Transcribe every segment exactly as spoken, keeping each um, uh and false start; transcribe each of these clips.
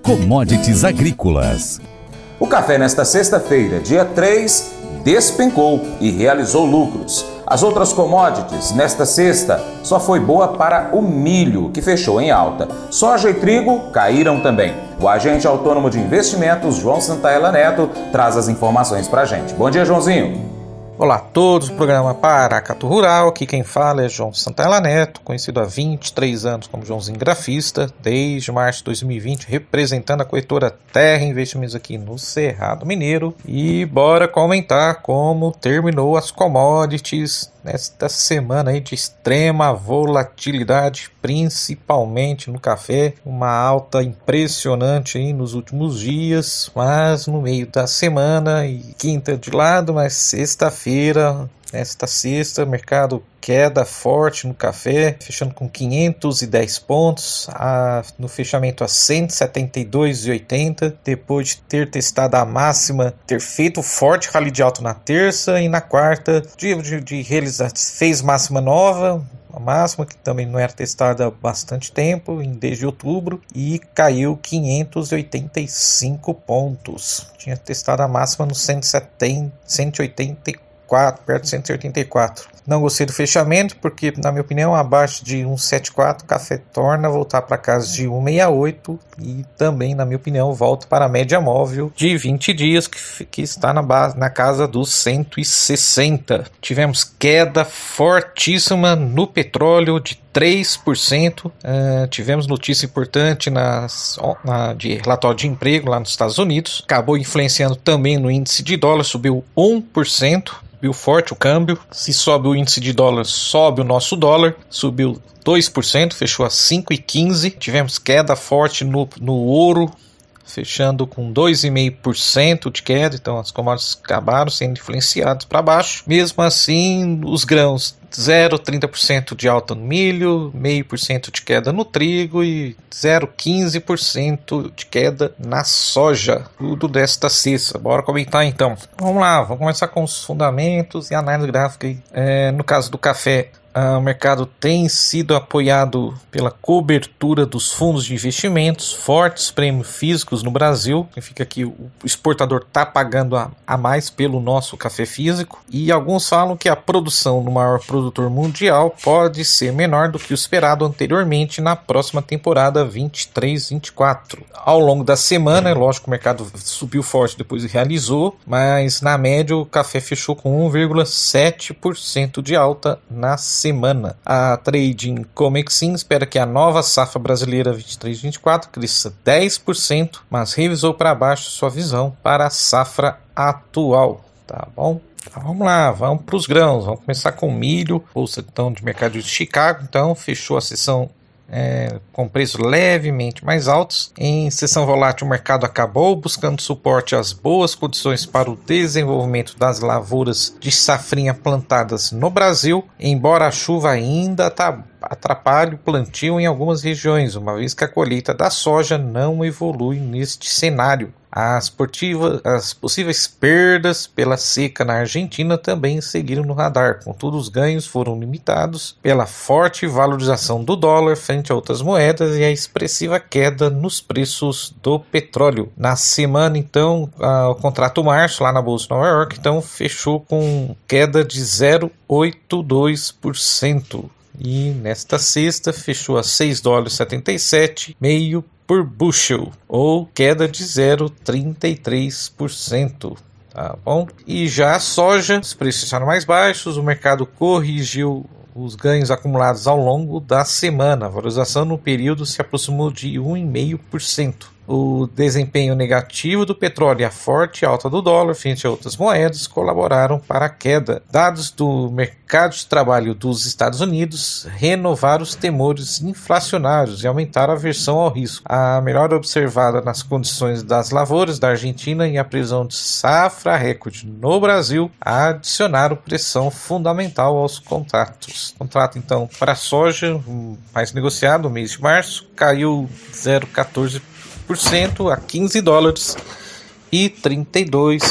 Commodities agrícolas. O café nesta sexta-feira, dia três, despencou e realizou lucros. As outras commodities nesta sexta só foi boa para o milho, que fechou em alta. Soja e trigo caíram também. O agente autônomo de investimentos, João Santaella Neto, traz as informações para a gente. Bom dia, Joãozinho. Olá a todos, o programa Paracatu Rural, aqui quem fala é João Santaella Neto, conhecido há vinte e três anos como Joãozinho Grafista, desde março de dois mil e vinte, representando a corretora Terra Investimentos aqui no Cerrado Mineiro. E bora comentar como terminou as commodities nesta semana aí de extrema volatilidade, principalmente no café, uma alta impressionante aí nos últimos dias, mas no meio da semana e quinta de lado, mas sexta-feira, nesta sexta, mercado queda forte no café, fechando com quinhentos e dez pontos, a, no fechamento a cento e setenta e dois vírgula oitenta, depois de ter testado a máxima, ter feito forte rally de alta na terça e na quarta, dia de, de realizar, fez máxima nova, a máxima que também não era testada há bastante tempo, desde outubro, e caiu quinhentos e oitenta e cinco pontos. Tinha testado a máxima no cento e setenta, cento e oitenta e quatro, perto de cento e oitenta e quatro. Não gostei do fechamento, porque, na minha opinião, abaixo de cento e setenta e quatro, o café torna a voltar para casa de cento e sessenta e oito e também, na minha opinião, volta para a média móvel de vinte dias, que, que está na, base, na casa dos cento e sessenta. Tivemos queda fortíssima no petróleo de três por cento. Uh, tivemos notícia importante nas, na, de relatório de emprego lá nos Estados Unidos. Acabou influenciando também no índice de dólar, subiu um por cento. Subiu forte o câmbio. Se sobe o índice de dólar, sobe o nosso dólar. Subiu dois por cento, fechou a cinco vírgula quinze. Tivemos queda forte no, no ouro, fechando com dois vírgula cinco por cento de queda. Então as commodities acabaram sendo influenciadas para baixo. Mesmo assim, os grãos, zero vírgula trinta por cento de alta no milho, zero vírgula cinco por cento de queda no trigo e zero vírgula quinze por cento de queda na soja. Tudo desta sexta. Bora comentar então. Vamos lá, vamos começar com os fundamentos e análise gráfica. É, no caso do café, o mercado tem sido apoiado pela cobertura dos fundos de investimentos, fortes prêmios físicos no Brasil, significa que o exportador está pagando a, a mais pelo nosso café físico, e alguns falam que a produção do maior produtor mundial pode ser menor do que o esperado anteriormente na próxima temporada vinte e três vinte e quatro. Ao longo da semana, é lógico que o mercado subiu forte, depois realizou, mas na média o café fechou com um vírgula sete por cento de alta na semana. A Trading Comexin espera que a nova safra brasileira vinte e três vinte e quatro cresça dez por cento, mas revisou para baixo sua visão para a safra atual. Tá bom? Então, vamos lá, vamos para os grãos. Vamos começar com milho, bolsa então, de mercado de Chicago. Então, fechou a sessão É, com preços levemente mais altos. Em sessão volátil, o mercado acabou buscando suporte às boas condições para o desenvolvimento das lavouras de safrinha plantadas no Brasil, embora a chuva ainda tá, atrapalhe o plantio em algumas regiões, uma vez que a colheita da soja não evolui neste cenário. As, portiva, as possíveis perdas pela seca na Argentina também seguiram no radar, contudo os ganhos foram limitados pela forte valorização do dólar frente a outras moedas e a expressiva queda nos preços do petróleo. Na semana, então, a, o contrato março lá na Bolsa de Nova York então, fechou com queda de zero vírgula oitenta e dois por cento. E nesta sexta fechou a seis dólares e setenta e sete meio por bushel, ou queda de zero vírgula trinta e três por cento. Tá bom? E já a soja, os preços estavam mais baixos, o mercado corrigiu os ganhos acumulados ao longo da semana. A valorização no período se aproximou de um vírgula cinco por cento. O desempenho negativo do petróleo e a forte alta do dólar frente a outras moedas colaboraram para a queda. Dados do mercado de trabalho dos Estados Unidos renovaram os temores inflacionários e aumentaram a aversão ao risco. A melhora observada nas condições das lavouras da Argentina e a previsão de safra recorde no Brasil adicionaram pressão fundamental aos contratos. O contrato, então, para a soja, mais negociado no mês de março, caiu zero vírgula quatorze por cento a quinze dólares e trinta e dois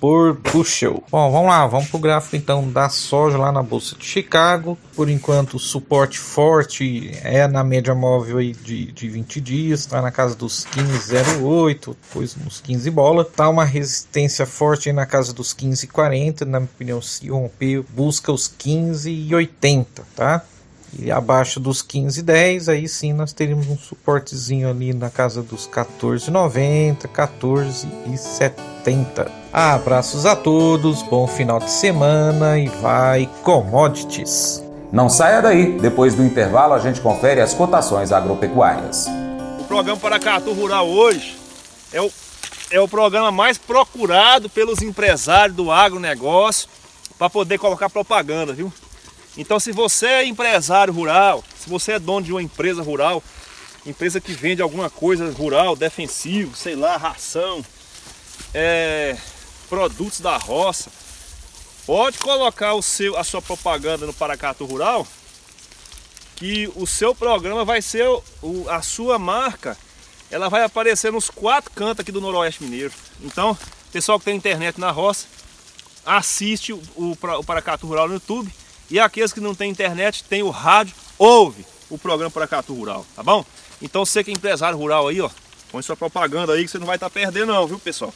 por bushel. Bom, vamos lá, vamos pro gráfico então da soja lá na Bolsa de Chicago. Por enquanto o suporte forte é na média móvel aí de, de vinte dias, está na casa dos quinze vírgula zero oito, depois nos quinze bola. Tá uma resistência forte aí na casa dos quinze vírgula quarenta, na minha opinião, se romper, busca os quinze vírgula oitenta, tá? E abaixo dos quinze vírgula dez, aí sim nós teríamos um suportezinho ali na casa dos quatorze vírgula noventa, quatorze vírgula setenta. Abraços a todos, bom final de semana e vai commodities. Não saia daí, depois do intervalo a gente confere as cotações agropecuárias. O programa Paracatu Rural hoje é o, é o programa mais procurado pelos empresários do agronegócio para poder colocar propaganda, viu? Então, se você é empresário rural, se você é dono de uma empresa rural, empresa que vende alguma coisa rural, defensivo, sei lá, ração, é, produtos da roça, pode colocar o seu, a sua propaganda no Paracatu Rural, que o seu programa vai ser, o, a sua marca, ela vai aparecer nos quatro cantos aqui do Noroeste Mineiro. Então, pessoal que tem internet na roça, assiste o, o, o Paracatu Rural no YouTube. E aqueles que não têm internet, tem o rádio, ouve o programa Paracatu Rural, tá bom? Então você que é empresário rural aí, ó, põe sua propaganda aí que você não vai estar perdendo não, viu, pessoal?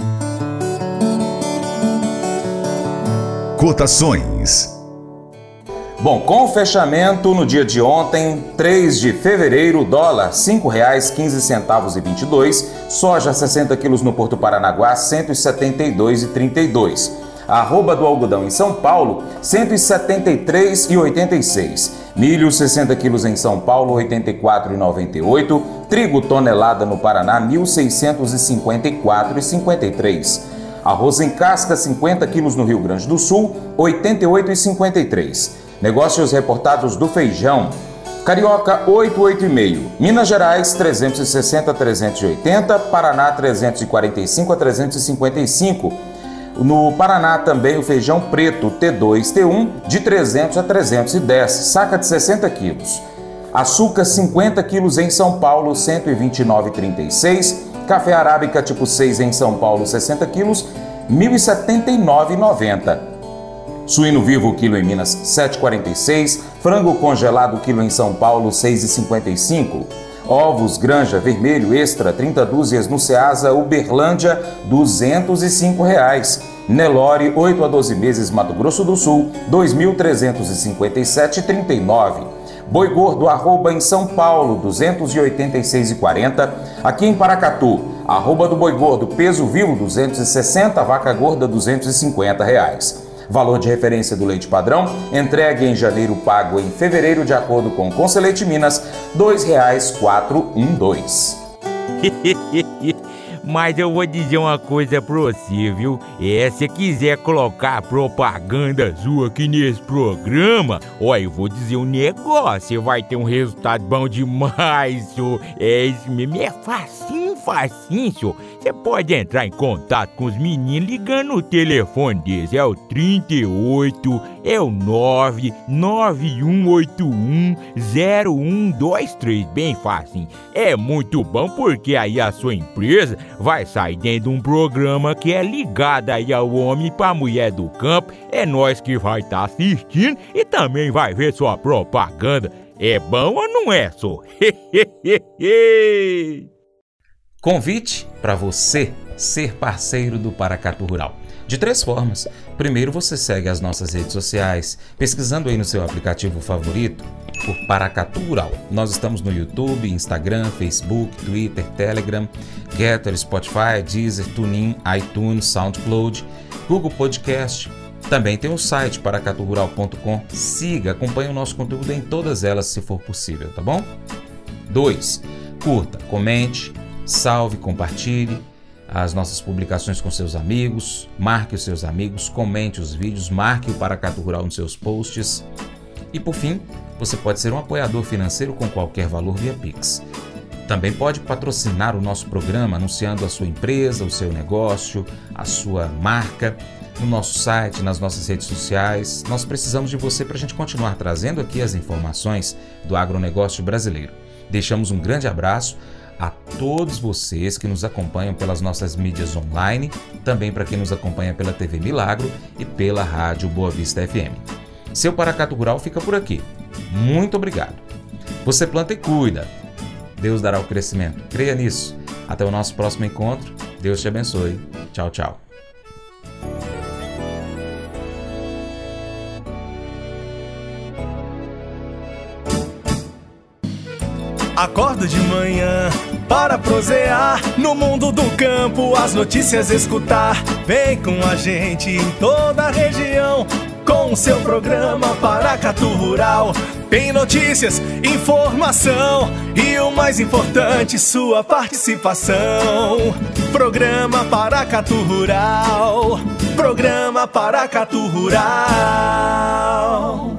Cotações. Bom, com o fechamento no dia de ontem, três de fevereiro, dólar cinco reais e quinze centavos e vinte e dois, soja sessenta quilos no Porto Paranaguá cento e setenta e dois reais e trinta e dois. A arroba do algodão em São Paulo, cento e setenta e três reais e oitenta e seis. Milho, sessenta quilos em São Paulo, oitenta e quatro reais e noventa e oito. Trigo, tonelada no Paraná, mil seiscentos e cinquenta e quatro reais e cinquenta e três. Arroz em casca, cinquenta quilos no Rio Grande do Sul, oitenta e oito reais e cinquenta e três. Negócios reportados do feijão. Carioca, oito, oito e meio. Minas Gerais, trezentos e sessenta a trezentos e oitenta. Paraná, trezentos e quarenta e cinco a trezentos e cinquenta e cinco. No Paraná também o feijão preto T dois, T um de trezentos a trezentos e dez, saca de sessenta quilos. Açúcar cinquenta quilos em São Paulo, cento e vinte e nove reais e trinta e seis. Café arábica tipo seis em São Paulo, sessenta quilos, mil e setenta e nove reais e noventa. Suíno vivo o quilo em Minas, sete reais e quarenta e seis. Frango congelado quilo em São Paulo, seis reais e cinquenta e cinco. Ovos Granja Vermelho Extra, trinta dúzias no Ceasa Uberlândia, duzentos e cinco reais. Nelore, oito a doze meses Mato Grosso do Sul, dois mil trezentos e cinquenta e sete reais e trinta e nove. Boi gordo arroba em São Paulo, duzentos e oitenta e seis reais e quarenta. Aqui em Paracatu, arroba do boi gordo peso vivo duzentos e sessenta, vaca gorda duzentos e cinquenta reais. Valor de referência do leite padrão, entregue em janeiro, pago em fevereiro, de acordo com o Conselheite Minas, dois reais quatrocentos e doze. Mas eu vou dizer uma coisa pra você, viu? É, se quiser colocar propaganda sua aqui nesse programa, ó, eu vou dizer um negócio, você vai ter um resultado bom demais, senhor. É isso mesmo, é facinho, facinho, senhor. Você pode entrar em contato com os meninos ligando o telefone deles, é o trinta e oito, é o nove nove um oito um zero um dois três, bem facinho. É muito bom porque aí a sua empresa vai sair dentro de um programa que é ligado aí ao homem para a mulher do campo. É nós que vai estar tá assistindo e também vai ver sua propaganda. É bom ou não é, só? Convite para você ser parceiro do Paracatu Rural. De três formas. Primeiro, você segue as nossas redes sociais, pesquisando aí no seu aplicativo favorito por Paracatu Rural. Nós estamos no YouTube, Instagram, Facebook, Twitter, Telegram, Getter, Spotify, Deezer, TuneIn, iTunes, SoundCloud, Google Podcast. Também tem o site paracatu rural ponto com. Siga, acompanhe o nosso conteúdo em todas elas, se for possível, tá bom? dois. Curta, comente, salve, compartilhe as nossas publicações com seus amigos, marque os seus amigos, comente os vídeos, marque o Paracatu Rural nos seus posts. E por fim, você pode ser um apoiador financeiro com qualquer valor via Pix. Também pode patrocinar o nosso programa anunciando a sua empresa, o seu negócio, a sua marca, no nosso site, nas nossas redes sociais. Nós precisamos de você para a gente continuar trazendo aqui as informações do agronegócio brasileiro. Deixamos um grande abraço a todos vocês que nos acompanham pelas nossas mídias online, também para quem nos acompanha pela T V Milagro e pela Rádio Boa Vista F M. Seu Paracatu Rural fica por aqui. Muito obrigado. Você planta e cuida. Deus dará o crescimento. Creia nisso. Até o nosso próximo encontro. Deus te abençoe. Tchau, tchau. Acordo de manhã para prosear no mundo do campo, as notícias escutar. Vem com a gente em toda a região com o seu programa Paracatu Rural. Tem notícias, informação e o mais importante, sua participação. Programa Paracatu Rural. Programa Paracatu Rural.